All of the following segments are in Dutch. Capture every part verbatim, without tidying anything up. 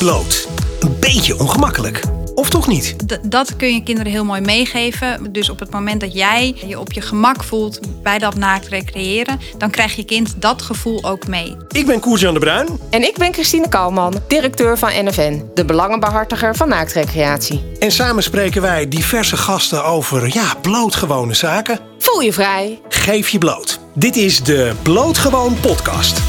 bloot. Een beetje ongemakkelijk. Of toch niet? D- dat kun je kinderen heel mooi meegeven. Dus op het moment dat jij je op je gemak voelt bij dat naakt recreëren, dan krijgt je kind dat gevoel ook mee. Ik ben Koert-Jan de Bruin. En ik ben Christine Kouwman, directeur van N F N, de belangenbehartiger van naaktrecreatie. En samen spreken wij diverse gasten over, ja, blootgewone zaken. Voel je vrij. Geef je bloot. Dit is de Blootgewoon podcast.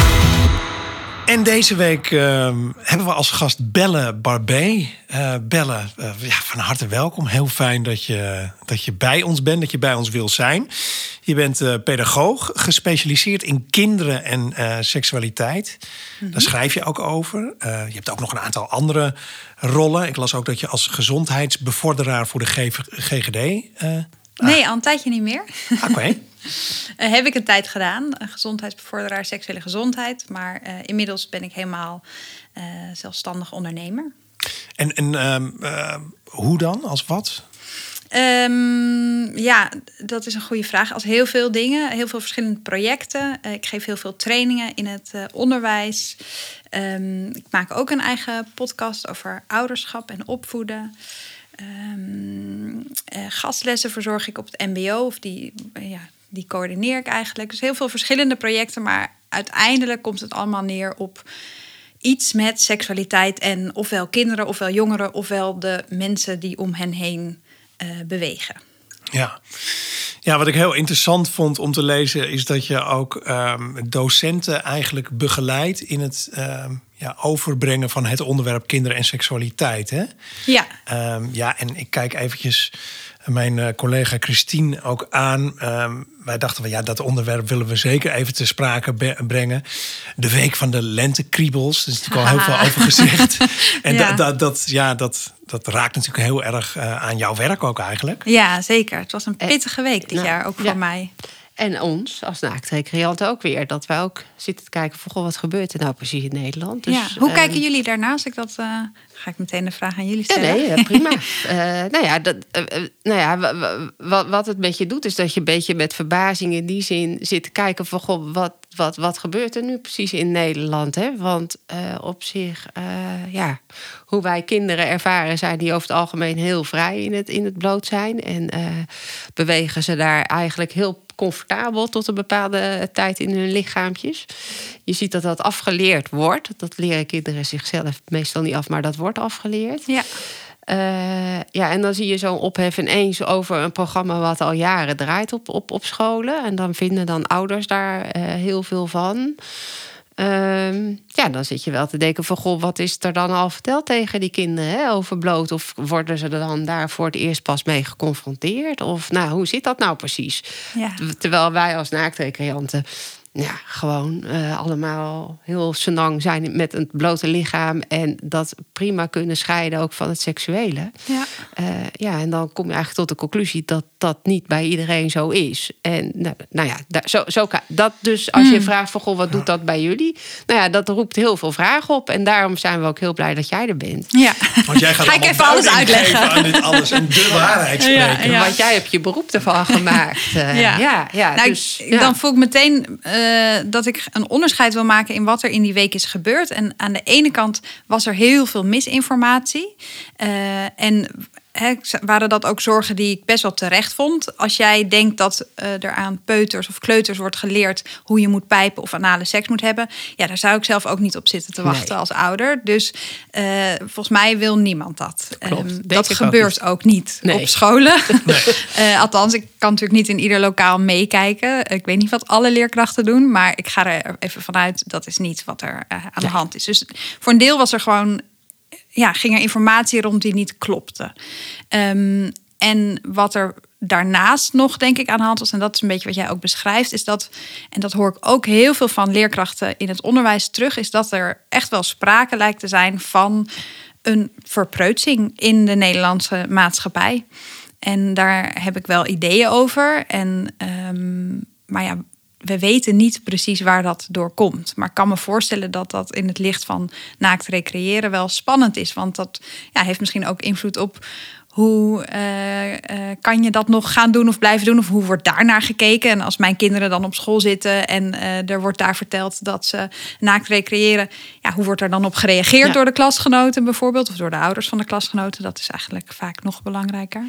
En deze week uh, hebben we als gast Belle Barbé. Uh, Belle, uh, ja, van harte welkom. Heel fijn dat je, dat je bij ons bent, dat je bij ons wil zijn. Je bent uh, pedagoog, gespecialiseerd in kinderen en uh, seksualiteit. Mm-hmm. Daar schrijf je ook over. Uh, je hebt ook nog een aantal andere rollen. Ik las ook dat je als gezondheidsbevorderaar voor de G G D... Uh, nee, ah. al een tijdje niet meer. Oké. Okay. Uh, heb ik een tijd gedaan. Een gezondheidsbevorderaar, seksuele gezondheid. Maar uh, inmiddels ben ik helemaal uh, zelfstandig ondernemer. En, en uh, uh, hoe dan? Als wat? Um, ja, dat is een goede vraag. Als heel veel dingen, heel veel verschillende projecten. Uh, ik geef heel veel trainingen in het uh, onderwijs. Um, ik maak ook een eigen podcast over ouderschap en opvoeden. Um, uh, gastlessen verzorg ik op het M B O. Of die, uh, ja, die coördineer ik eigenlijk. Dus heel veel verschillende projecten. Maar uiteindelijk komt het allemaal neer op iets met seksualiteit. En ofwel kinderen, ofwel jongeren, ofwel de mensen die om hen heen uh, bewegen. Ja. Ja, wat ik heel interessant vond om te lezen is dat je ook um, docenten eigenlijk begeleidt in het um, ja, overbrengen van het onderwerp kinderen en seksualiteit. Hè? Ja. Um, ja, en ik kijk eventjes mijn uh, collega Christine ook aan. Um, wij dachten van ja, dat onderwerp willen we zeker even te sprake be- brengen. De week van de lentekriebels, er is natuurlijk al heel veel over gezegd. En ja. Dat, dat, dat, ja, dat, dat raakt natuurlijk heel erg uh, aan jouw werk ook eigenlijk. Ja, zeker. Het was een pittige week dit nou, jaar, ook voor ja. mij. En ons als naaktrecreanten ook weer. Dat wij ook zitten te kijken van, goh, wat gebeurt er nou precies in Nederland? Dus, ja. Hoe uh, kijken jullie daarnaast? Ik dat, uh, ga ik meteen de vraag aan jullie stellen. Ja, nee, prima. uh, nou ja, dat, uh, nou ja w- w- wat het met je doet, is dat je een beetje met verbazing in die zin zit te kijken van, goh, wat, wat, wat gebeurt er nu precies in Nederland? Hè? Want uh, op zich, uh, ja, hoe wij kinderen ervaren, zijn die over het algemeen heel vrij in het, in het bloot zijn. En uh, bewegen ze daar eigenlijk heel comfortabel tot een bepaalde tijd in hun lichaampjes. Je ziet dat dat afgeleerd wordt. Dat leren kinderen zichzelf meestal niet af, maar dat wordt afgeleerd. Ja. Uh, ja, en dan zie je zo'n ophef ineens over een programma wat al jaren draait op, op, op scholen. En dan vinden dan ouders daar uh, heel veel van. Uh, ja, dan zit je wel te denken van, goh, wat is er dan al verteld tegen die kinderen hè, over bloot? Of worden ze er dan daar voor het eerst pas mee geconfronteerd? Of nou, hoe zit dat nou precies? Ja. Terwijl wij als naaktrecreanten ja, gewoon uh, allemaal heel senang zijn met het blote lichaam en dat prima kunnen scheiden ook van het seksuele. Ja. Uh, ja, en dan kom je eigenlijk tot de conclusie dat dat niet bij iedereen zo is. En nou, nou ja, daar, zo, zo kan dat dus als je mm. vraagt van, goh, wat doet dat bij jullie? Nou ja, dat roept heel veel vragen op en daarom zijn we ook heel blij dat jij er bent. Ja. Want jij gaat Ga ik even alles uitleggen aan dit alles en de waarheid spreken. Ja, ja. Want jij hebt je beroep ervan gemaakt. Uh, ja. Ja, ja, nou, dus, ik, ja. Dan voel ik meteen Uh, dat ik een onderscheid wil maken in wat er in die week is gebeurd. En aan de ene kant was er heel veel misinformatie. Uh, en he, waren dat ook zorgen die ik best wel terecht vond. Als jij denkt dat uh, er aan peuters of kleuters wordt geleerd hoe je moet pijpen of anale seks moet hebben, ja, daar zou ik zelf ook niet op zitten te wachten nee. als ouder. Dus uh, volgens mij wil niemand dat. Klopt, um, dat gebeurt ook niet, ook niet nee. op scholen. Nee. uh, althans, ik kan natuurlijk niet in ieder lokaal meekijken. Ik weet niet wat alle leerkrachten doen, maar ik ga er even vanuit dat is niet wat er uh, aan nee. de hand is. Dus voor een deel was er gewoon Ja, ging er informatie rond die niet klopte. Um, en wat er daarnaast nog, denk ik, aan de hand was, en dat is een beetje wat jij ook beschrijft, is dat, en dat hoor ik ook heel veel van leerkrachten in het onderwijs terug, is dat er echt wel sprake lijkt te zijn van een verpreutsing in de Nederlandse maatschappij. En daar heb ik wel ideeën over. En, um, maar ja, we weten niet precies waar dat door komt. Maar ik kan me voorstellen dat dat in het licht van naakt recreëren wel spannend is. Want dat ja, heeft misschien ook invloed op hoe uh, uh, kan je dat nog gaan doen of blijven doen? Of hoe wordt daar naar gekeken? En als mijn kinderen dan op school zitten en uh, er wordt daar verteld dat ze naakt recreëren, ja, hoe wordt er dan op gereageerd ja. door de klasgenoten bijvoorbeeld? Of door de ouders van de klasgenoten? Dat is eigenlijk vaak nog belangrijker.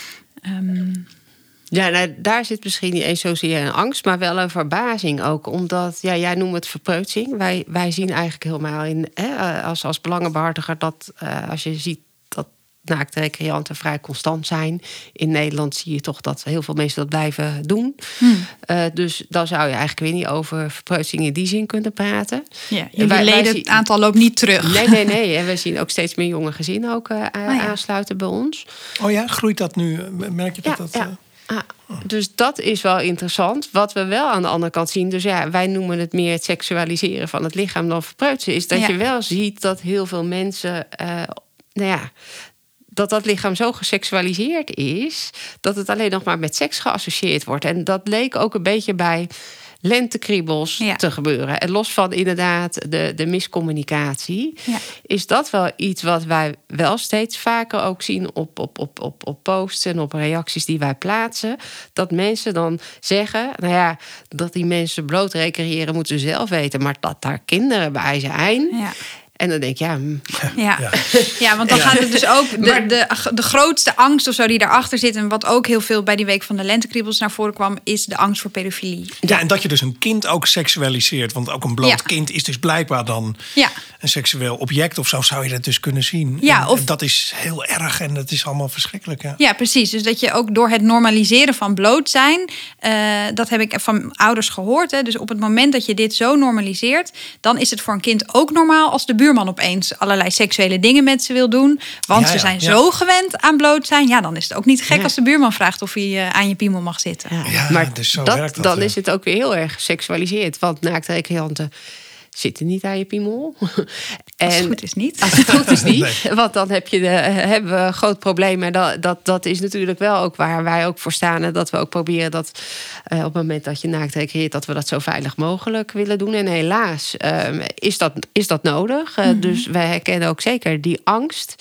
Um, Ja, nou, daar zit misschien niet eens zozeer een angst, maar wel een verbazing ook. Omdat, ja, jij noemt het verpreutsing. Wij, wij zien eigenlijk helemaal in, hè, als, als belangenbehartiger dat uh, als je ziet dat naakte recreanten vrij constant zijn. In Nederland zie je toch dat heel veel mensen dat blijven doen. Hmm. Uh, dus dan zou je eigenlijk weer niet over verpreutsing in die zin kunnen praten. Ja, jullie wij, leden, wij zien, het aantal loopt niet terug. Nee, nee, nee. En we zien ook steeds meer jonge gezinnen ook uh, oh, ja. aansluiten bij ons. Oh ja, groeit dat nu? Merk je dat ja, dat... Ja. Ah, dus dat is wel interessant. Wat we wel aan de andere kant zien, dus ja, wij noemen het meer het seksualiseren van het lichaam dan verpreutsen, is dat ja. je wel ziet dat heel veel mensen, uh, nou ja, dat dat lichaam zo geseksualiseerd is, dat het alleen nog maar met seks geassocieerd wordt. En dat leek ook een beetje bij lentekriebels ja. te gebeuren. En los van inderdaad de, de miscommunicatie, ja. is dat wel iets wat wij wel steeds vaker ook zien op, op, op, op, op posts en op reacties die wij plaatsen. Dat mensen dan zeggen, nou ja, dat die mensen bloot recreëren moeten ze zelf weten, maar dat daar kinderen bij zijn. Ja. En dan denk ik, ja... Ja, ja. ja want dan ja. gaat het dus ook... De, de, de grootste angst of zo die daarachter zit, en wat ook heel veel bij die Week van de Lentekriebels naar voren kwam, is de angst voor pedofilie. Ja, en dat je dus een kind ook seksualiseert. Want ook een bloot ja. kind is dus blijkbaar dan ja. een seksueel object of zo, zou je dat dus kunnen zien. Ja, en, of, en dat is heel erg en dat is allemaal verschrikkelijk. Ja. ja, precies. Dus dat je ook door het normaliseren van bloot zijn, uh, dat heb ik van ouders gehoord. Hè. Dus op het moment dat je dit zo normaliseert, dan is het voor een kind ook normaal als de buurman opeens allerlei seksuele dingen met ze wil doen. Want ja, ja, ze zijn ja. zo gewend aan bloot zijn. Ja, dan is het ook niet gek ja. als de buurman vraagt of hij uh, aan je piemel mag zitten. Ja, ja, maar dus zo dat, dat, dan ja. is het ook weer heel erg geseksualiseerd. Want naakte recreanten zitten niet aan je piemel. En, als het goed is niet. Als het goed is niet. Nee. Want dan heb je de, hebben we een groot probleem. En dat, dat, dat is natuurlijk wel ook waar wij ook voor staan. En dat we ook proberen dat uh, op het moment dat je naakt recreëert, dat we dat zo veilig mogelijk willen doen. En helaas uh, is, dat, is dat nodig. Uh, mm-hmm. Dus wij herkennen ook zeker die angst.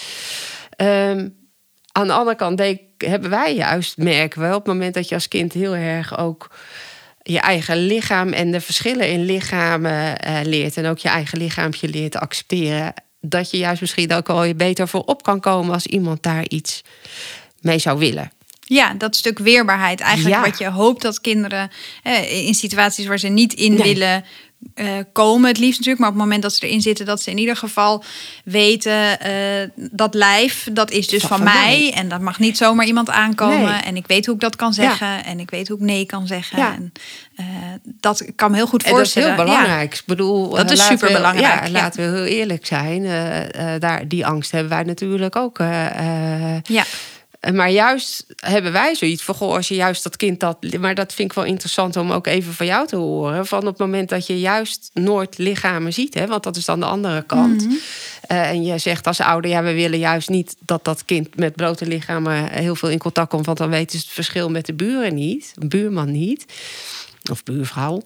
Um, aan de andere kant denk, hebben wij juist, merken we, op het moment dat je als kind heel erg ook je eigen lichaam en de verschillen in lichamen uh, leert en ook je eigen lichaampje leert te accepteren, dat je juist misschien ook al je beter voor op kan komen als iemand daar iets mee zou willen. Ja, dat stuk weerbaarheid. Eigenlijk ja. wat je hoopt dat kinderen eh, in situaties waar ze niet in nee. willen uh, komen, het liefst natuurlijk, maar op het moment dat ze erin zitten, dat ze in ieder geval weten, uh, dat lijf, dat is dus van, van mij. mij en dat mag niet zomaar iemand aankomen. Nee. En ik weet hoe ik dat kan zeggen ja. en ik weet hoe ik nee kan zeggen. Ja. En, uh, dat kan me heel goed voorstellen. En dat is heel belangrijk. Ja. Ik bedoel, dat is super belangrijk. Ja, laten we heel eerlijk zijn. Uh, uh, daar, die angst hebben wij natuurlijk ook. Uh, uh, ja. Maar juist hebben wij zoiets van, goh, als je juist dat kind dat... Maar dat vind ik wel interessant om ook even van jou te horen. Van op het moment dat je juist nooit lichamen ziet, hè, want dat is dan de andere kant. Mm-hmm. Uh, en je zegt als ouder, ja, we willen juist niet dat dat kind met blote lichamen heel veel in contact komt, want dan weten ze het verschil met de buren niet, buurman niet, of buurvrouw.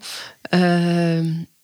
Uh,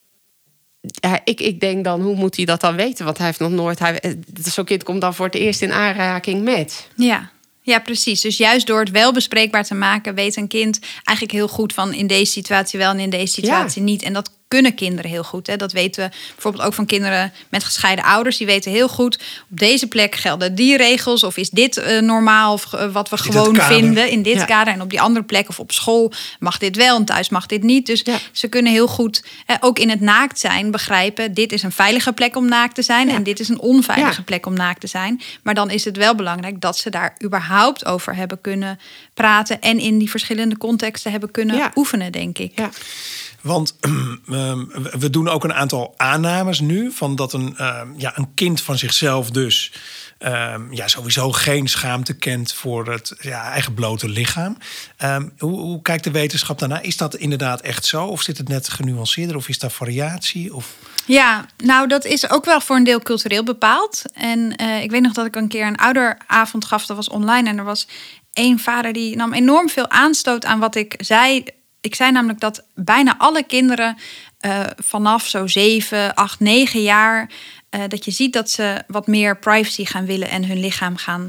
Ja, ik, ik denk dan, hoe moet hij dat dan weten? Want hij heeft nog nooit... Hij, zo'n kind komt dan voor het eerst in aanraking met. Ja. Ja, precies. Dus juist door het wel bespreekbaar te maken, weet een kind eigenlijk heel goed van in deze situatie wel en in deze situatie ja. niet. En dat kunnen kinderen heel goed. Hè. Dat weten we bijvoorbeeld ook van kinderen met gescheiden ouders. Die weten heel goed, op deze plek gelden die regels. Of is dit uh, normaal of uh, wat we is gewoon vinden in dit ja. kader. En op die andere plek of op school mag dit wel en thuis mag dit niet. Dus ja. ze kunnen heel goed, uh, ook in het naakt zijn, begrijpen, dit is een veilige plek om naakt te zijn. Ja. En dit is een onveilige ja. plek om naakt te zijn. Maar dan is het wel belangrijk dat ze daar überhaupt over hebben kunnen praten. En in die verschillende contexten hebben kunnen ja. oefenen, denk ik. Ja. Want uh, we doen ook een aantal aannames nu van dat een, uh, ja, een kind van zichzelf dus uh, ja, sowieso geen schaamte kent voor het ja, eigen blote lichaam. Uh, hoe, hoe kijkt de wetenschap daarna? Is dat inderdaad echt zo? Of zit het net genuanceerder? Of is daar variatie? Of... Ja, nou dat is ook wel voor een deel cultureel bepaald. En uh, ik weet nog dat ik een keer een ouderavond gaf, dat was online. En er was één vader die nam enorm veel aanstoot aan wat ik zei. Ik zei namelijk dat bijna alle kinderen uh, vanaf zo zeven, acht, negen jaar... Uh, dat je ziet dat ze wat meer privacy gaan willen en hun lichaam gaan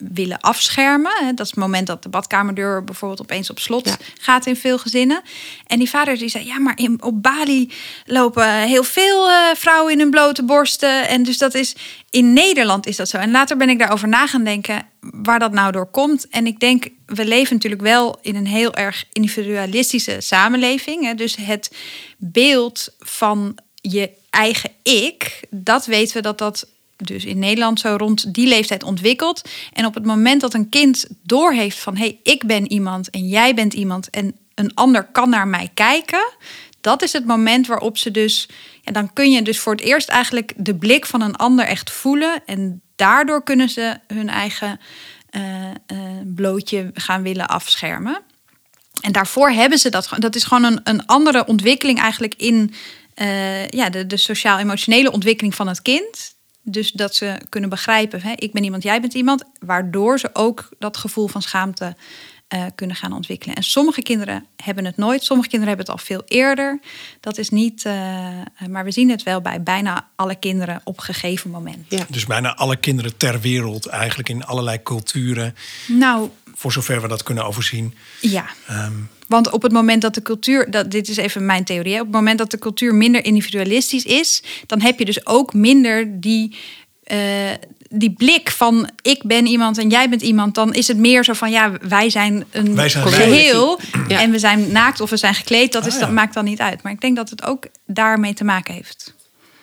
willen afschermen. Dat is het moment dat de badkamerdeur bijvoorbeeld opeens op slot Ja. gaat in veel gezinnen. En die vader die zei, ja, maar in, op Bali lopen heel veel uh, vrouwen in hun blote borsten. En dus dat is, in Nederland is dat zo. En later ben ik daarover na gaan denken waar dat nou door komt. En ik denk, we leven natuurlijk wel in een heel erg individualistische samenleving. Hè? Dus het beeld van je eigen ik, dat weten we dat dat dus in Nederland zo rond die leeftijd ontwikkelt. En op het moment dat een kind doorheeft van, hé, hey, ik ben iemand en jij bent iemand en een ander kan naar mij kijken, dat is het moment waarop ze dus, ja, dan kun je dus voor het eerst eigenlijk de blik van een ander echt voelen. En daardoor kunnen ze hun eigen uh, uh, blootje gaan willen afschermen. En daarvoor hebben ze dat. Dat is gewoon een, een andere ontwikkeling eigenlijk in uh, ja, de, de sociaal-emotionele ontwikkeling van het kind. Dus dat ze kunnen begrijpen, hè, ik ben iemand, jij bent iemand. Waardoor ze ook dat gevoel van schaamte uh, kunnen gaan ontwikkelen. En sommige kinderen hebben het nooit. Sommige kinderen hebben het al veel eerder. Dat is niet, uh, maar we zien het wel bij bijna alle kinderen op een gegeven moment. Ja. Dus bijna alle kinderen ter wereld, eigenlijk in allerlei culturen. Nou, voor zover we dat kunnen overzien. Ja. Um, Want op het moment dat de cultuur, dat, dit is even mijn theorie, op het moment dat de cultuur minder individualistisch is, dan heb je dus ook minder die, uh, die blik van ik ben iemand en jij bent iemand. Dan is het meer zo van ja, wij zijn een wij zijn geheel ja. en we zijn naakt of we zijn gekleed. Dat, is, ah, ja. dat maakt dan niet uit. Maar ik denk dat het ook daarmee te maken heeft.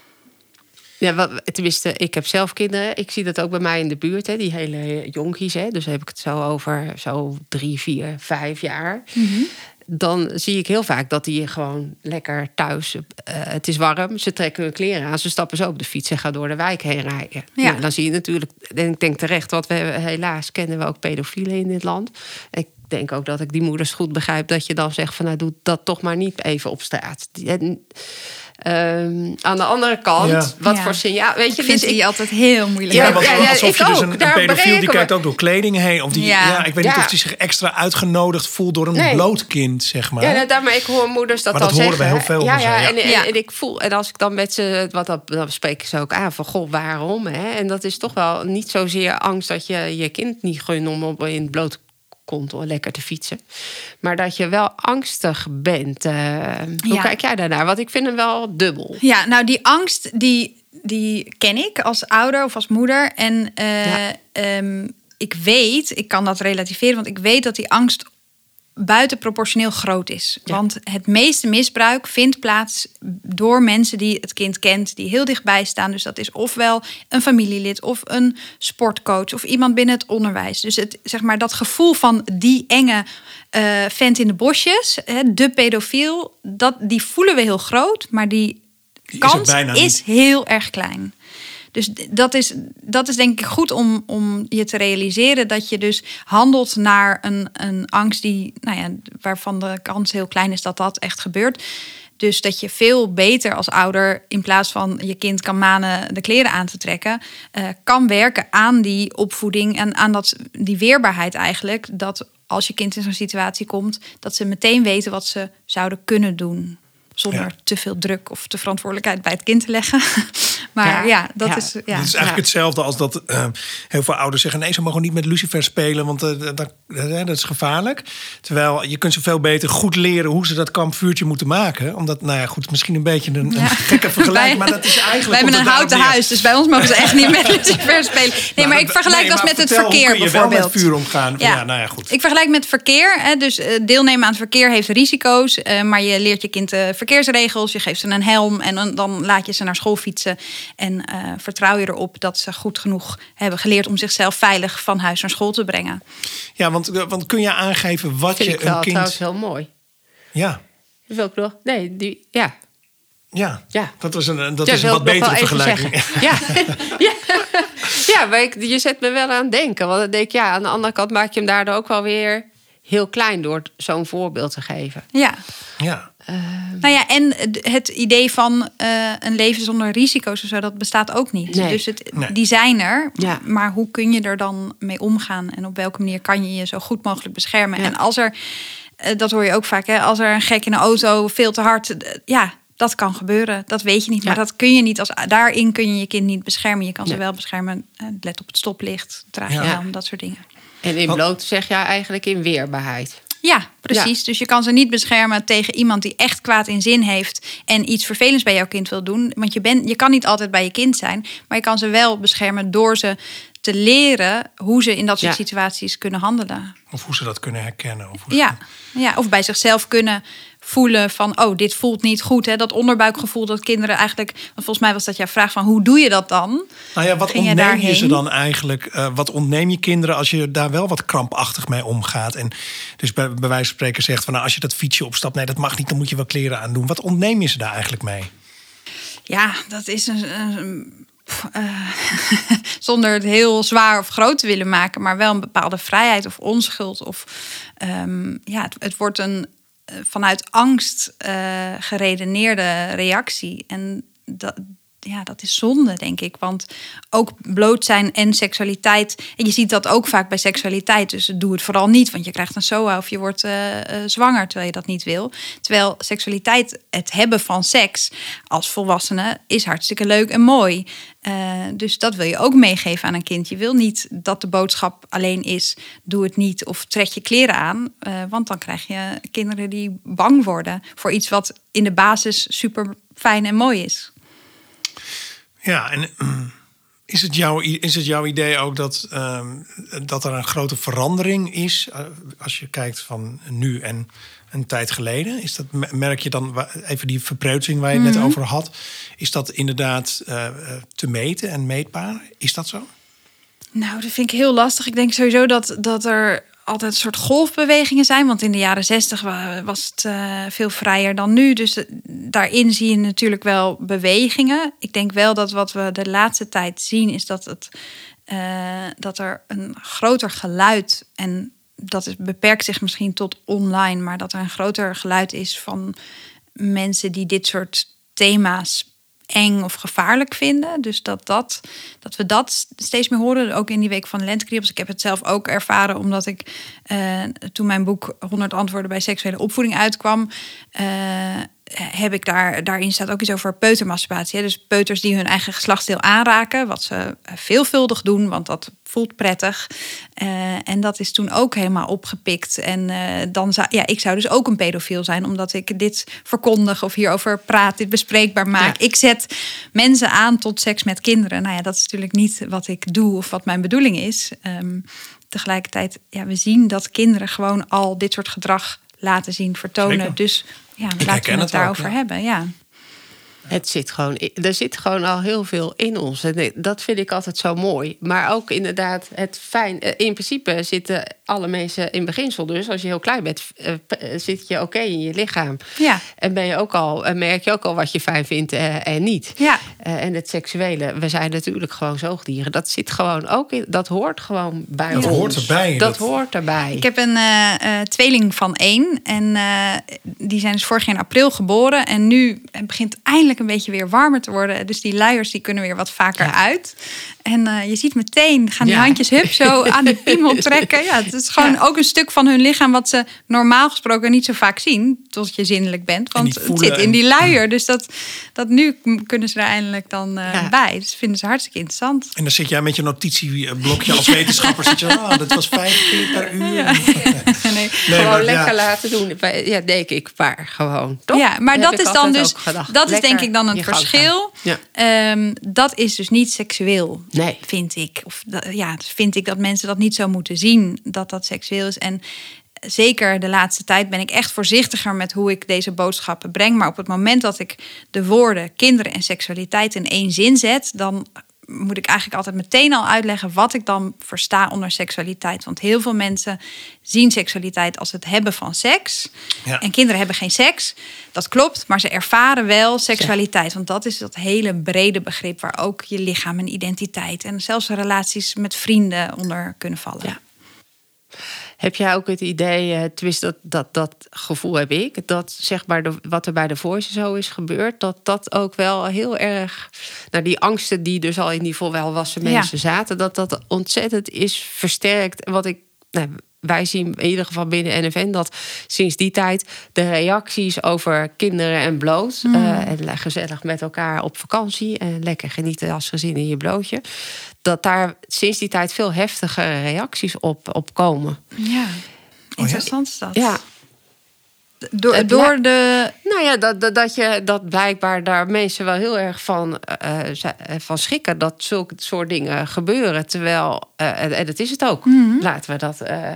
Ja, wat, tenminste, ik heb zelf kinderen. Ik zie dat ook bij mij in de buurt, hè, die hele jonkies. Hè, dus heb ik het zo over zo drie, vier, vijf jaar. Mm-hmm. Dan zie ik heel vaak dat die gewoon lekker thuis... Uh, het is warm, ze trekken hun kleren aan. Ze stappen zo op de fiets en gaan door de wijk heen rijden. Ja. Nou, dan zie je natuurlijk, en ik denk terecht... want we hebben, helaas kennen we ook pedofielen in dit land. Ik denk ook dat ik die moeders goed begrijp... dat je dan zegt van nou, doe dat toch maar niet even op straat. En, Um, aan de andere kant, ja. wat ja. voor signaal... Weet je, ik vind dus die ik, altijd heel moeilijk. Ja, want, ja, ja, alsof je ik dus ook. een, Daar een pedofiel die me... kijkt ook door kleding heen. Of die, ja. Ja, ik weet ja. niet of die zich extra uitgenodigd voelt door een nee. bloot kind, zeg maar. Ja, nou, daarmee ik hoor moeders dat maar dan dat horen zeggen. we heel veel. Ja, ja, ja. En, en, ja. en ik voel, en als ik dan met ze, wat dat, dan spreken ze ook aan van goh, waarom? Hè? En dat is toch wel niet zozeer angst dat je je kind niet gunt om op in het bloot kont lekker te fietsen. Maar dat je wel angstig bent. Uh, hoe ja. kijk jij daarnaar? Want ik vind hem wel dubbel. Ja, nou die angst, die, die ken ik als ouder of als moeder. En uh, ja. um, ik weet, ik kan dat relativeren, want ik weet dat die angst buitenproportioneel groot is. Ja. Want het meeste misbruik vindt plaats door mensen die het kind kent, die heel dichtbij staan. Dus dat is ofwel een familielid of een sportcoach of iemand binnen het onderwijs. Dus het, zeg maar, dat gevoel van die enge uh, vent in de bosjes, de pedofiel, dat, die voelen we heel groot, maar die, die kans is, is heel erg klein. Dus dat is, dat is denk ik goed om, om je te realiseren dat je dus handelt naar een, een angst die, nou ja, waarvan de kans heel klein is dat dat echt gebeurt. Dus dat je veel beter als ouder, in plaats van je kind kan manen de kleren aan te trekken, uh, kan werken aan die opvoeding en aan dat, die weerbaarheid eigenlijk. Dat als je kind in zo'n situatie komt, dat ze meteen weten wat ze zouden kunnen doen. Zonder ja. te veel druk of de verantwoordelijkheid bij het kind te leggen. Maar ja, ja dat ja. is... Ja. Het is eigenlijk ja. hetzelfde als dat uh, heel veel ouders zeggen... nee, ze mogen niet met lucifer spelen, want uh, dat, uh, dat is gevaarlijk. Terwijl je kunt ze veel beter goed leren hoe ze dat kampvuurtje moeten maken. Omdat, nou ja, goed, misschien een beetje een, ja. een gekke vergelijking... maar dat is eigenlijk... Wij hebben een houten huis, dus bij ons mogen ze echt niet met lucifer spelen. Nee, nou, maar ik vergelijk nee, dat met het verkeer hoe kun je bijvoorbeeld. Wel met vuur omgaan. Ja. Ja, nou ja, goed. Ik vergelijk met verkeer. Hè, dus uh, deelnemen aan het verkeer heeft risico's. Uh, maar je leert je kind uh, verkeersregels. Je geeft ze een helm en dan, dan laat je ze naar school fietsen. En uh, vertrouw je erop dat ze goed genoeg hebben geleerd om zichzelf veilig van huis naar school te brengen. Ja, want, want kun je aangeven wat Vind je ik wel, een kind... trouwens heel mooi. Ja. Welk nog? Nee, die... Ja. Ja, ja. dat, was een, dat ja, is een wat betere vergelijking. Ja. ja. ja, maar ik, je zet me wel aan het denken. Want dan denk ik, ja, aan de andere kant maak je hem daardoor ook wel weer heel klein door zo'n voorbeeld te geven. Ja. Ja. Uh, nou ja, en het idee van uh, een leven zonder risico's of zo, dat bestaat ook niet. Nee. Dus het, nee. die zijn er, ja. maar hoe kun je er dan mee omgaan? En op welke manier kan je je zo goed mogelijk beschermen? Ja. En als er, uh, dat hoor je ook vaak, hè, als er een gek in een auto veel te hard... Uh, ja, Dat kan gebeuren, dat weet je niet. Maar Ja. dat kun je niet. Als, daarin kun je je kind niet beschermen. Je kan ze Nee. wel beschermen. eh, Let op het stoplicht, draag Ja. je helm, dat soort dingen. En in Wat- bloot zeg je eigenlijk in weerbaarheid. Ja, precies. Dus je kan ze niet beschermen tegen iemand die echt kwaad in zin heeft en iets vervelends bij jouw kind wil doen. Want je, bent, je kan niet altijd bij je kind zijn, maar je kan ze wel beschermen door ze te leren hoe ze in dat soort Ja. situaties kunnen handelen. Of hoe ze dat kunnen herkennen. Of hoe Ja, ja, of bij zichzelf kunnen voelen van, oh, dit voelt niet goed. Hè? Dat onderbuikgevoel dat kinderen eigenlijk... Want volgens mij was dat jouw vraag van, hoe doe je dat dan? Nou ja, wat Ging je ontneem je daarheen? ze dan eigenlijk? Uh, wat ontneem je kinderen als je daar wel wat krampachtig mee omgaat? En dus bij, bij wijze van spreken zegt van, nou, als je dat fietsje opstapt, nee, dat mag niet, dan moet je wel kleren aandoen. Wat ontneem je ze daar eigenlijk mee? Ja, dat is een... een pff, uh, zonder het heel zwaar of groot te willen maken, maar wel een bepaalde vrijheid of onschuld. Of um, ja, het, het wordt een uh, vanuit angst uh, geredeneerde reactie. En dat, ja, dat is zonde, denk ik. Want ook bloot zijn en seksualiteit... En je ziet dat ook vaak bij seksualiteit. Dus doe het vooral niet, want je krijgt een S O A of je wordt uh, uh, zwanger terwijl je dat niet wil. Terwijl seksualiteit, het hebben van seks als volwassene, is hartstikke leuk en mooi. Uh, dus dat wil je ook meegeven aan een kind. Je wil niet dat de boodschap alleen is, doe het niet of trek je kleren aan. Uh, want dan krijg je kinderen die bang worden voor iets wat in de basis super fijn en mooi is. Ja, en is het jouw, is het jouw idee ook dat, um, dat er een grote verandering is uh, als je kijkt van nu en een tijd geleden? Is dat, merk je dan, even die verpreutsing waar je het mm-hmm. net over had, is dat inderdaad uh, te meten en meetbaar? Is dat zo? Nou, dat vind ik heel lastig. Ik denk sowieso dat, dat er altijd een soort golfbewegingen zijn. Want in de jaren zestig was het uh, veel vrijer dan nu. Dus uh, daarin zie je natuurlijk wel bewegingen. Ik denk wel dat wat we de laatste tijd zien is dat, het, uh, dat er een groter geluid, en dat is, beperkt zich misschien tot online, maar dat er een groter geluid is van mensen die dit soort thema's eng of gevaarlijk vinden. Dus dat, dat, dat we dat steeds meer horen. Ook in die week van Lentekriebels. Ik heb het zelf ook ervaren, omdat ik uh, toen mijn boek honderd antwoorden bij seksuele opvoeding uitkwam, uh, heb ik daar, daarin staat ook iets over peutermasturbatie. Hè? Dus peuters die hun eigen geslachtsdeel aanraken, wat ze veelvuldig doen, want dat voelt prettig. Uh, en dat is toen ook helemaal opgepikt. En uh, dan zou, ja, ik zou dus ook een pedofiel zijn, omdat ik dit verkondig of hierover praat, dit bespreekbaar maak. Ja. Ik zet mensen aan tot seks met kinderen. Nou ja, dat is natuurlijk niet wat ik doe of wat mijn bedoeling is. Um, tegelijkertijd, ja, we zien dat kinderen gewoon al dit soort gedrag laten zien, vertonen. Zeker. Dus ja, laten we het, het daarover ook, ja. hebben. Ja. Het zit gewoon, er zit gewoon al heel veel in ons. En dat vind ik altijd zo mooi. Maar ook inderdaad het fijn. In principe zitten alle mensen in beginsel dus. Als je heel klein bent, zit je oké okay in je lichaam. Ja. En ben je ook al, merk je ook al wat je fijn vindt en niet. Ja. En het seksuele, we zijn natuurlijk gewoon zoogdieren. Dat zit gewoon ook in, dat hoort gewoon bij dat ons. Hoort erbij, dat, dat hoort erbij. Ik heb een uh, uh, tweeling van één. En uh, die zijn dus vorig jaar in april geboren. En nu begint eindelijk een beetje weer warmer te worden. Dus die luiers die kunnen weer wat vaker ja. uit. En uh, je ziet meteen, gaan die ja. handjes hup zo aan de piemel trekken. Ja, het is gewoon ja. ook een stuk van hun lichaam wat ze normaal gesproken niet zo vaak zien tot je zindelijk bent. Want het zit in die luier. Dus dat, dat nu kunnen ze er eindelijk dan uh, ja. bij. Dus dat vinden ze hartstikke interessant. En dan zit jij met je notitieblokje als wetenschapper. Zit je, ah, dat was vijf keer per uur. Ja. nee, nee, gewoon maar, lekker ja. laten doen. Ja, denk ik maar gewoon. Toch? Ja, maar dat is dan dus, dat is denk ik dan een verschil. Ja. Um, dat is dus niet seksueel. Nee. Vind ik. Of ja, vind ik dat mensen dat niet zo moeten zien, dat dat seksueel is. En zeker de laatste tijd ben ik echt voorzichtiger met hoe ik deze boodschappen breng. Maar op het moment dat ik de woorden kinderen en seksualiteit in één zin zet, dan moet ik eigenlijk altijd meteen al uitleggen wat ik dan versta onder seksualiteit. Want heel veel mensen zien seksualiteit als het hebben van seks. Ja. En kinderen hebben geen seks. Dat klopt, maar ze ervaren wel seksualiteit. Want dat is dat hele brede begrip waar ook je lichaam en identiteit en zelfs relaties met vrienden onder kunnen vallen. Ja. Heb jij ook het idee, tenminste dat, dat, dat gevoel heb ik, dat zeg maar de, wat er bij de Voice zo is gebeurd, dat dat ook wel heel erg, nou die angsten die dus al in die volwassen mensen ja. zaten, dat dat ontzettend is versterkt. Wat ik, nou, wij zien in ieder geval binnen N F N dat sinds die tijd de reacties over kinderen en bloot mm. uh, en gezellig met elkaar op vakantie en lekker genieten als gezin in je blootje, dat daar sinds die tijd veel heftige reacties op, op komen. Ja, interessant is dat. Ja. Door, door de... Nou ja, dat, dat, dat, je, dat blijkbaar daar mensen wel heel erg van, uh, van schrikken dat zulke soort dingen gebeuren. Terwijl, uh, en dat is het ook, mm-hmm. laten we dat... Uh,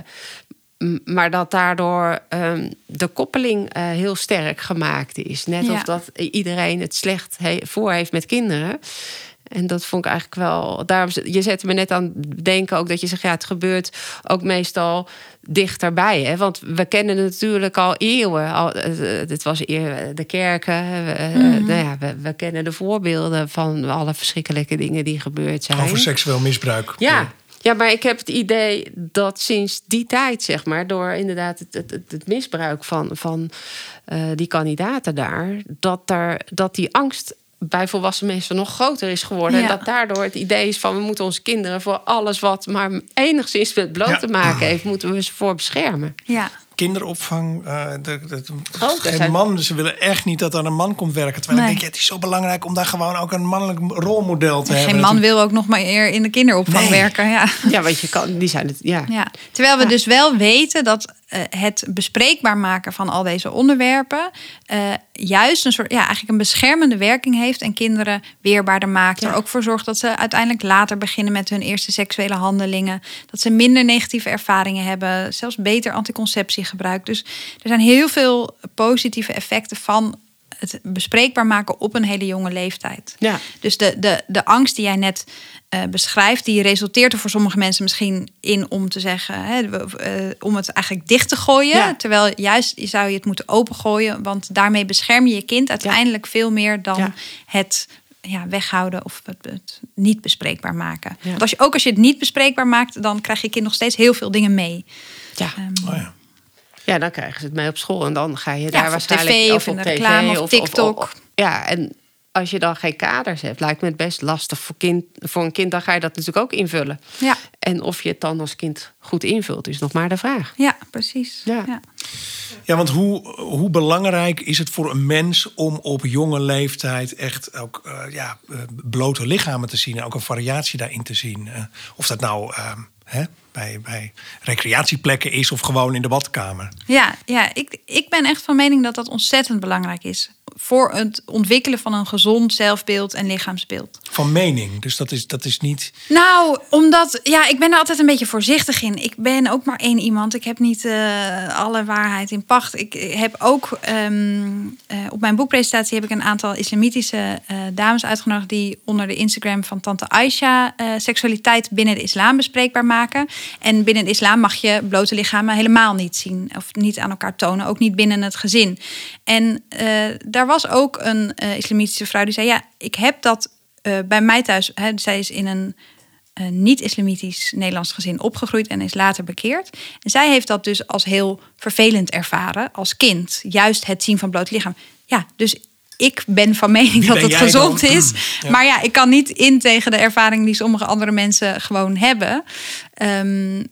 maar dat daardoor um, de koppeling uh, heel sterk gemaakt is. Net ja. of dat iedereen het slecht he- voor heeft met kinderen. En dat vond ik eigenlijk wel... Daarom, je zette me net aan het denken ook dat je zegt... ja, het gebeurt ook meestal dichterbij. Hè? Want we kennen het natuurlijk al eeuwen. Al, het was eer, de kerken. Mm-hmm. Nou ja, we, we kennen de voorbeelden van alle verschrikkelijke dingen die gebeurd zijn. Over seksueel misbruik. Ja. Ja, maar ik heb het idee dat sinds die tijd, zeg maar, door inderdaad het, het, het misbruik van, van uh, die kandidaten daar, dat, daar, dat die angst bij volwassen mensen nog groter is geworden. Ja. En dat daardoor het idee is van we moeten onze kinderen voor alles wat maar enigszins met bloot ja. te maken heeft, moeten we ze voor beschermen. Ja. Kinderopvang, uh, de, de, de, oh, geen zijn... man. Ze willen echt niet dat er een man komt werken. Terwijl nee. ik denk, ja, het is zo belangrijk om daar gewoon ook een mannelijk rolmodel te geen hebben. Geen man natuurlijk. wil ook nog maar eer in de kinderopvang nee. werken. Ja. ja, want je kan, die zijn het. Ja. Ja. Terwijl we ja. dus wel weten dat uh, het bespreekbaar maken van al deze onderwerpen uh, juist een soort, ja, eigenlijk een beschermende werking heeft en kinderen weerbaarder maakt. Ja. Er ook voor zorgt dat ze uiteindelijk later beginnen met hun eerste seksuele handelingen. Dat ze minder negatieve ervaringen hebben, zelfs beter anticonceptie gebruikt. Dus er zijn heel veel positieve effecten van het bespreekbaar maken op een hele jonge leeftijd. Ja. Dus de, de, de angst die jij net uh, beschrijft, die resulteert er voor sommige mensen misschien in om te zeggen, hè, uh, om het eigenlijk dicht te gooien. Ja. Terwijl juist zou je het moeten opengooien, want daarmee bescherm je je kind uiteindelijk ja. veel meer dan ja. het ja, weghouden of het, het niet bespreekbaar maken. Ja. Want als je, ook als je het niet bespreekbaar maakt, dan krijg je kind nog steeds heel veel dingen mee. Ja. Um, oh ja. Ja, dan krijgen ze het mee op school en dan ga je ja, daar of waarschijnlijk... Op tv, of in de reclame, of, of TikTok. Of, of, ja, en als je dan geen kaders hebt, lijkt me het best lastig voor, kind, voor een kind. Dan ga je dat natuurlijk ook invullen. Ja. En of je het dan als kind goed invult, is nog maar de vraag. Ja, precies. Ja, ja. ja want hoe, hoe belangrijk is het voor een mens om op jonge leeftijd echt ook uh, ja, uh, blote lichamen te zien en ook een variatie daarin te zien? Uh, of dat nou... Uh, Hè, bij, bij recreatieplekken is of gewoon in de badkamer. Ja, ja ik, ik ben echt van mening dat dat ontzettend belangrijk is. Voor het ontwikkelen van een gezond zelfbeeld en lichaamsbeeld. Van mening, dus dat is, dat is niet... Nou, omdat... Ja, ik ben er altijd een beetje voorzichtig in. Ik ben ook maar één iemand. Ik heb niet uh, alle waarheid in pacht. Ik heb ook... Um, uh, op mijn boekpresentatie heb ik een aantal islamitische uh, dames uitgenodigd... die onder de Instagram van tante Aisha... Uh, seksualiteit binnen de islam bespreekbaar maken. En binnen de islam mag je blote lichamen helemaal niet zien. Of niet aan elkaar tonen. Ook niet binnen het gezin. En uh, daar was ook een uh, islamitische vrouw die zei... ja, ik heb dat uh, bij mij thuis... Hè, zij is in een uh, niet-islamitisch Nederlands gezin opgegroeid... en is later bekeerd. En zij heeft dat dus als heel vervelend ervaren als kind. Juist het zien van bloot lichaam. Ja, dus ik ben van mening Wie dat het gezond dan? is. Ja. Maar ja, ik kan niet in tegen de ervaring... die sommige andere mensen gewoon hebben. Um,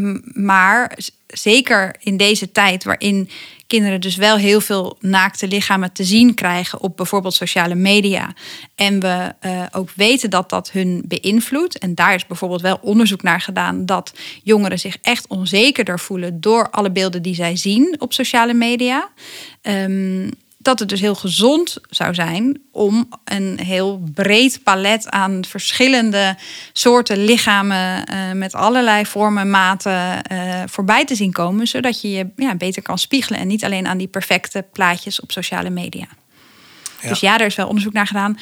maar zeker in deze tijd waarin... kinderen dus wel heel veel naakte lichamen te zien krijgen... op bijvoorbeeld sociale media. En we uh, ook weten dat dat hun beïnvloedt. En daar is bijvoorbeeld wel onderzoek naar gedaan... dat jongeren zich echt onzekerder voelen... door alle beelden die zij zien op sociale media. Um, dat het dus heel gezond zou zijn... om een heel breed palet aan verschillende soorten lichamen... Uh, met allerlei vormen, maten uh, voorbij te zien komen... zodat je je ja, beter kan spiegelen... en niet alleen aan die perfecte plaatjes op sociale media. Ja. Dus ja, er is wel onderzoek naar gedaan...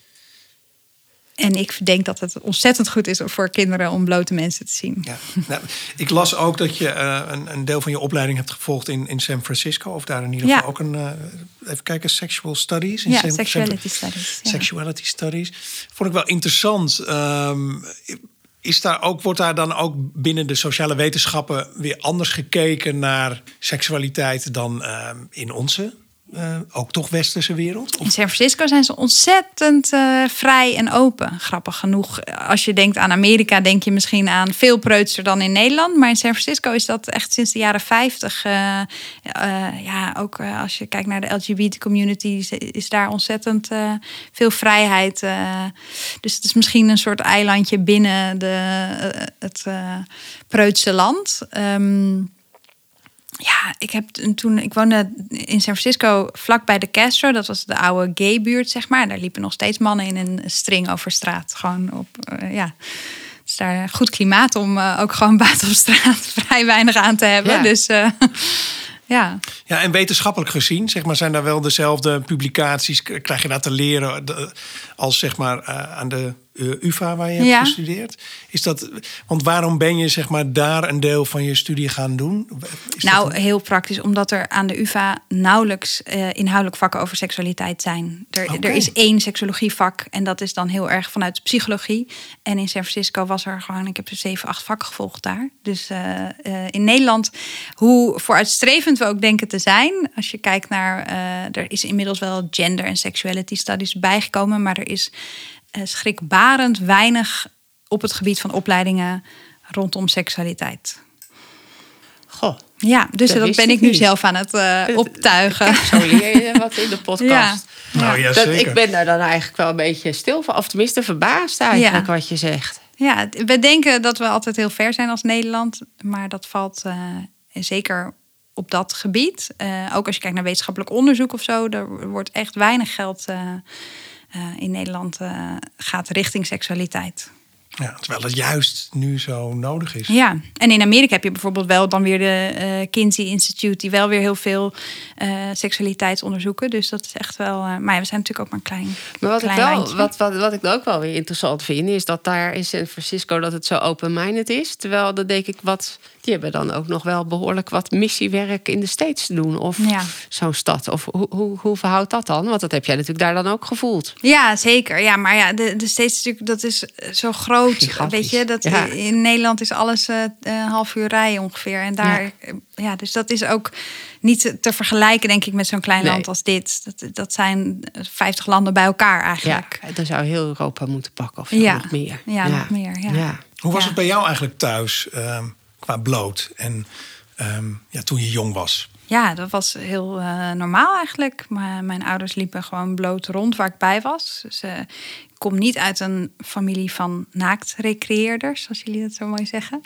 En ik denk dat het ontzettend goed is voor kinderen om blote mensen te zien. Ja. Nou, ik las ook dat je uh, een, een deel van je opleiding hebt gevolgd in, in San Francisco. Of daar in ieder geval ja. ook een, uh, even kijken, sexual studies. In ja, San, sexuality San, studies. Ja. Sexuality studies. Vond ik wel interessant. Um, is daar ook, wordt daar dan ook binnen de sociale wetenschappen weer anders gekeken naar seksualiteit dan uh, in onze Uh, ook toch westerse wereld? Of? In San Francisco zijn ze ontzettend uh, vrij en open. Grappig genoeg. Als je denkt aan Amerika, denk je misschien aan veel preutser dan in Nederland. Maar in San Francisco is dat echt sinds de jaren vijftig. Uh, uh, ja, ook uh, als je kijkt naar de L G B T community, is, is daar ontzettend uh, veel vrijheid. Uh, dus het is misschien een soort eilandje binnen de, uh, het uh, preutse land. Um, Ja, ik heb toen ik woonde in San Francisco vlakbij de Castro. Dat was de oude gaybuurt, zeg maar. Daar liepen nog steeds mannen in een string over straat. Gewoon op, uh, ja. Het is daar goed klimaat om uh, ook gewoon buiten op straat vrij weinig aan te hebben. Ja. Dus uh, ja. Ja, en wetenschappelijk gezien, zeg maar, zijn daar wel dezelfde publicaties? Krijg je daar te leren als zeg maar uh, aan de uh, U vA waar je hebt ja. gestudeerd? Is dat, want waarom ben je zeg maar daar een deel van je studie gaan doen? Is nou, een... heel praktisch, omdat er aan de U vA nauwelijks uh, inhoudelijk vakken over seksualiteit zijn. Er, okay. er is één seksologievak en dat is dan heel erg vanuit psychologie. En in San Francisco was er gewoon, ik heb er zeven, acht vakken gevolgd daar. Dus uh, uh, in Nederland, hoe vooruitstrevend we ook denken te zijn, als je kijkt naar, uh, er is inmiddels wel gender en sexuality studies bijgekomen, maar er is uh, schrikbarend weinig op het gebied van opleidingen rondom seksualiteit. Goh. Ja, dus dat, dat ben ik nu niet. zelf aan het uh, optuigen. Kijk, zo leer je wat in de podcast. Ja. Nou, ja, dat, zeker. Ik ben daar dan eigenlijk wel een beetje stil van, of tenminste verbaasd eigenlijk ja. wat je zegt. Ja, we denken dat we altijd heel ver zijn als Nederland, maar dat valt uh, zeker op dat gebied. Uh, ook als je kijkt naar wetenschappelijk onderzoek of zo, er wordt echt weinig geld uh, uh, in Nederland uh, gaat richting seksualiteit. Ja, terwijl het juist nu zo nodig is. Ja, en in Amerika heb je bijvoorbeeld wel dan weer de uh, Kinsey Institute, die wel weer heel veel uh, seksualiteitsonderzoeken. Dus dat is echt wel. Uh, maar ja, we zijn natuurlijk ook maar een klein. Maar wat klein ik wel, lijntje. wat, wat, wat ik ook wel weer interessant vind, is dat daar in San Francisco dat het zo open-minded is. Terwijl dat denk ik wat. Die hebben dan ook nog wel behoorlijk wat missiewerk in de States te doen. Of ja. zo'n stad. Of hoe, hoe, hoe verhoudt dat dan? Want dat heb jij natuurlijk daar dan ook gevoeld. Ja, zeker. Ja, maar ja, de, de States natuurlijk, dat is zo groot. Gigantisch. Weet je, dat ja. in Nederland is alles uh, een half uur rijden ongeveer. En daar, ja. ja, dus dat is ook niet te, te vergelijken, denk ik, met zo'n klein nee. land als dit. Dat, dat zijn vijftig landen bij elkaar eigenlijk. Ja, dan zou heel Europa moeten pakken of zo, ja. nog meer. Ja, ja, nog meer. Ja. Ja. Hoe was ja. het bij jou eigenlijk thuis? Um, qua bloot en um, ja, toen je jong was? Ja, dat was heel uh, normaal eigenlijk. Maar mijn ouders liepen gewoon bloot rond waar ik bij was. Dus uh, ik kom niet uit een familie van naaktrecreëerders, zoals jullie dat zo mooi zeggen.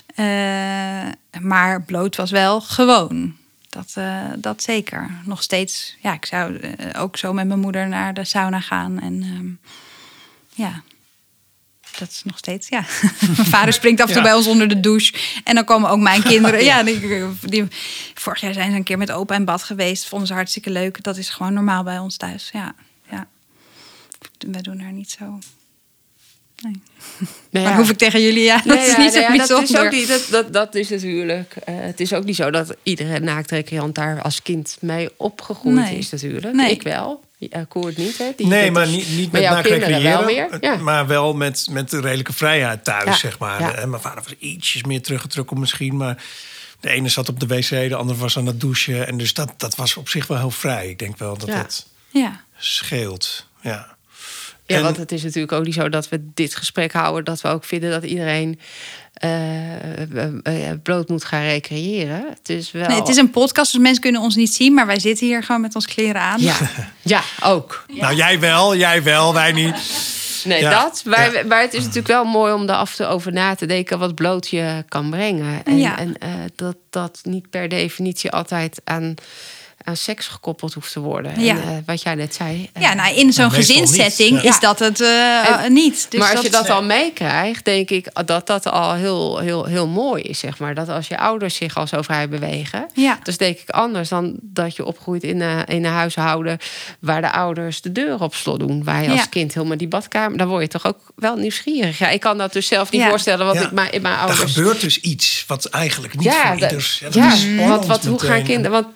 Uh, maar bloot was wel gewoon. Dat, uh, dat zeker. Nog steeds. Ja, ik zou uh, ook zo met mijn moeder naar de sauna gaan. En um, ja... Dat is nog steeds, ja. Mijn vader springt af en toe ja. bij ons onder de douche. En dan komen ook mijn kinderen. Ja, die, die, vorig jaar zijn ze een keer met opa in bad geweest. Vonden ze hartstikke leuk. Dat is gewoon normaal bij ons thuis. Ja, ja. Wij doen daar niet zo. Nee. Nou ja. Maar hoef ik tegen jullie, ja, dat nee, is niet ja, zo nou ja, bijzonder. Dat is, ook niet, dat, dat, dat is natuurlijk... Uh, het is ook niet zo dat iedere naaktrecreant daar als kind mee opgegroeid nee. is natuurlijk. Nee. Ik wel. Uh, Koert niet, hè? Die nee, maar niet, niet met naakt recreëren. Wel ja. Maar wel met, met de redelijke vrijheid thuis, ja. zeg maar. Ja. En mijn vader was ietsjes meer teruggetrokken misschien. Maar de ene zat op de wc, de andere was aan het douchen. En dus dat, dat was op zich wel heel vrij. Ik denk wel dat ja. dat ja. scheelt. Ja. Ja, en, want het is natuurlijk ook niet zo dat we dit gesprek houden, dat we ook vinden dat iedereen uh, uh, bloot moet gaan recreëren. Het is wel. Nee, het is een podcast, dus mensen kunnen ons niet zien, maar wij zitten hier gewoon met ons kleren aan. Ja, ja ook. Ja. Nou, jij wel, jij wel, wij niet. Nee, ja. dat. Maar, ja. maar het is natuurlijk wel mooi om er af en toe over na te denken wat bloot je kan brengen. En, ja. en uh, dat dat niet per definitie altijd aan. aan seks gekoppeld hoeft te worden. Ja. En, uh, wat jij net zei. Uh, ja, nou, in zo'n nou, gezinssetting ja. is dat het uh, en, niet. Dus maar als dat, je dat nee. al meekrijgt, denk ik dat dat al heel, heel, heel mooi is, zeg maar. Dat als je ouders zich al zo vrij bewegen, ja. dat is denk ik anders dan dat je opgroeit in een, in een huishouden waar de ouders de deur op slot doen. Waar je als ja. kind helemaal die badkamer, dan word je toch ook wel nieuwsgierig. Ja, ik kan dat dus zelf niet ja. voorstellen, want ja. ik maar in mijn ouders. Er gebeurt dus iets wat eigenlijk niet ja, voor ieders. Ja, ja want wat, hoe gaan kinderen? Want dat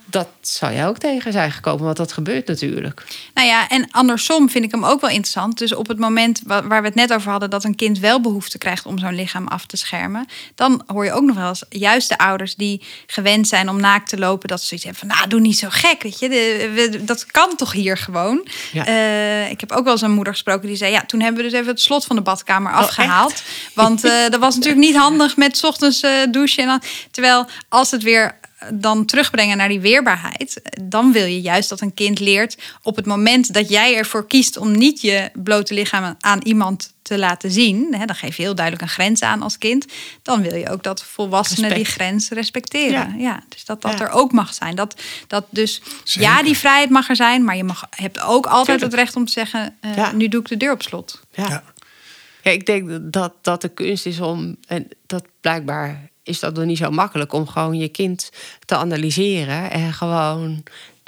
zal jij ook tegen zijn gekomen, want dat gebeurt natuurlijk. Nou ja, en andersom vind ik hem ook wel interessant. Dus op het moment waar we het net over hadden, dat een kind wel behoefte krijgt om zo'n lichaam af te schermen, dan hoor je ook nog wel eens juist de ouders die gewend zijn om naakt te lopen, dat ze zoiets hebben van, nou, doe niet zo gek, weet je, de, we, dat kan toch hier gewoon. Ja. Uh, ik heb ook wel eens een moeder gesproken die zei, ja, toen hebben we dus even het slot van de badkamer afgehaald, oh, want uh, dat was natuurlijk niet handig met 's ochtends uh, douchen en dan, terwijl als het weer dan terugbrengen naar die weerbaarheid, dan wil je juist dat een kind leert op het moment dat jij ervoor kiest om niet je blote lichaam aan iemand te laten zien, hè, dan geef je heel duidelijk een grens aan als kind, dan wil je ook dat volwassenen Respect. die grens respecteren. Ja. Ja, dus dat dat ja. er ook mag zijn. Dat, dat dus, Zeker. ja, die vrijheid mag er zijn, maar je mag, hebt ook altijd Tuurlijk. het recht om te zeggen, uh, ja. nu doe ik de deur op slot. Ja, ja. ja ik denk dat dat de kunst is om, en dat blijkbaar is dat nog niet zo makkelijk om gewoon je kind te analyseren en gewoon,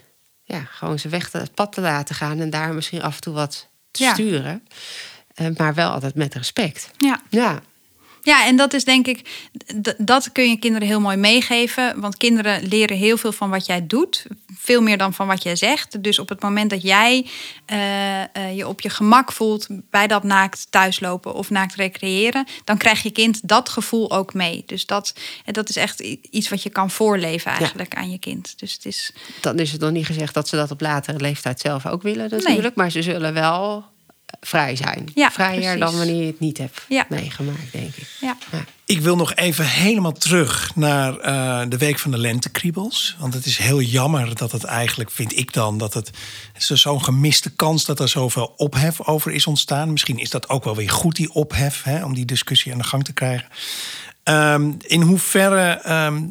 ja, gewoon zijn weg te, het pad te laten gaan en daar misschien af en toe wat te ja. sturen. Uh, maar wel altijd met respect. Ja. Ja. Ja, en dat is denk ik, d- dat kun je kinderen heel mooi meegeven. Want kinderen leren heel veel van wat jij doet. Veel meer dan van wat jij zegt. Dus op het moment dat jij uh, uh, je op je gemak voelt bij dat naakt thuislopen of naakt recreëren, dan krijgt je kind dat gevoel ook mee. Dus dat, dat is echt iets wat je kan voorleven eigenlijk ja. aan je kind. Dus het is... Dan is het nog niet gezegd dat ze dat op latere leeftijd zelf ook willen natuurlijk. Nee. Maar ze zullen wel vrij zijn. Ja, Vrijer precies. dan wanneer je het niet hebt ja. meegemaakt, denk ik. Ja. Ja. Ik wil nog even helemaal terug naar uh, de Week van de Lentekriebels. Want het is heel jammer dat het eigenlijk, vind ik dan, dat het, het is zo'n gemiste kans dat er zoveel ophef over is ontstaan. Misschien is dat ook wel weer goed, die ophef, hè, om die discussie aan de gang te krijgen. Um, in hoeverre um,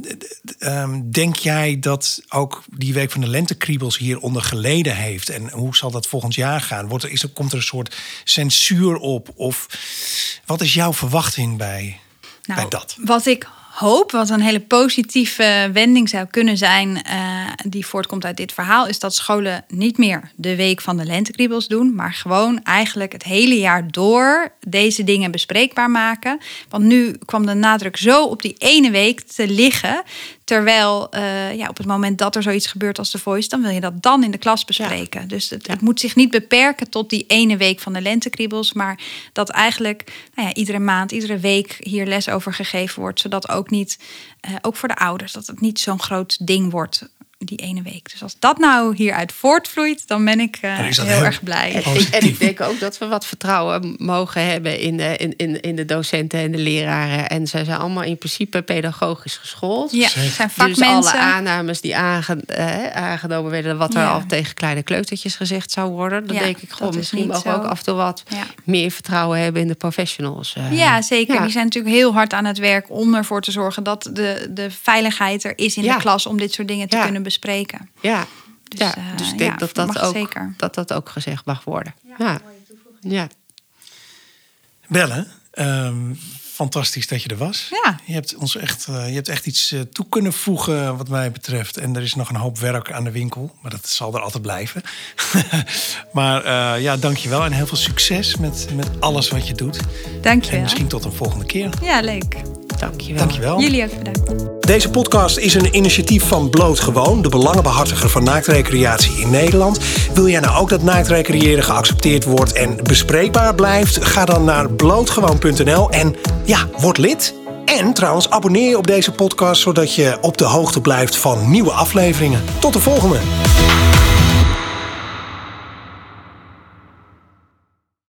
um, denk jij dat ook die Week van de Lentekriebels hieronder geleden heeft? En hoe zal dat volgend jaar gaan? Wordt er, is er, komt er een soort censuur op? Of wat is jouw verwachting bij, nou, bij dat? Wat ik hoop, wat een hele positieve wending zou kunnen zijn, uh, die voortkomt uit dit verhaal, is dat scholen niet meer de Week van de Lentekriebels doen, maar gewoon eigenlijk het hele jaar door deze dingen bespreekbaar maken. Want nu kwam de nadruk zo op die ene week te liggen, terwijl uh, ja, op het moment dat er zoiets gebeurt als The Voice, dan wil je dat dan in de klas bespreken. Ja. Dus het, ja. het moet zich niet beperken tot die ene week van de Lentekriebels, maar dat eigenlijk nou ja, iedere maand, iedere week hier les over gegeven wordt, zodat ook niet, uh, ook voor de ouders, dat het niet zo'n groot ding wordt die ene week. Dus als dat nou hieruit voortvloeit, dan ben ik uh, heel, heel erg blij. En ik, en ik denk ook dat we wat vertrouwen mogen hebben in de, in, in, in de docenten en de leraren. En zij zijn allemaal in principe pedagogisch geschoold. Ja, zijn vakmensen. Dus alle aannames die aange, eh, aangenomen werden, wat er ja. al tegen kleine kleutertjes gezegd zou worden, dan ja, denk ik gewoon, misschien mogen we ook af en toe wat ja. meer vertrouwen hebben in de professionals. Uh, ja, zeker. Ja. Die zijn natuurlijk heel hard aan het werk om ervoor te zorgen dat de, de veiligheid er is in ja. de klas om dit soort dingen te ja. kunnen bespreken. Ja, dus, ja. Uh, dus ik denk ja, dat, dat, ook, zeker. dat dat ook gezegd mag worden. Ja, ja. ja. Belle, um, fantastisch dat je er was. Ja. Je hebt ons echt, uh, je hebt echt iets uh, toe kunnen voegen wat mij betreft. En er is nog een hoop werk aan de winkel, maar dat zal er altijd blijven. maar uh, ja, dankjewel en heel veel succes met, met alles wat je doet. Dankjewel. En misschien tot een volgende keer. Ja, leuk. Dankjewel. Dankjewel. Jullie ook bedankt. Deze podcast is een initiatief van Bloot Gewoon, de belangenbehartiger van naaktrecreatie in Nederland. Wil jij nou ook dat naaktrecreëren geaccepteerd wordt en bespreekbaar blijft? Ga dan naar blootgewoon punt n l en ja, word lid. En trouwens, abonneer je op deze podcast, zodat je op de hoogte blijft van nieuwe afleveringen. Tot de volgende.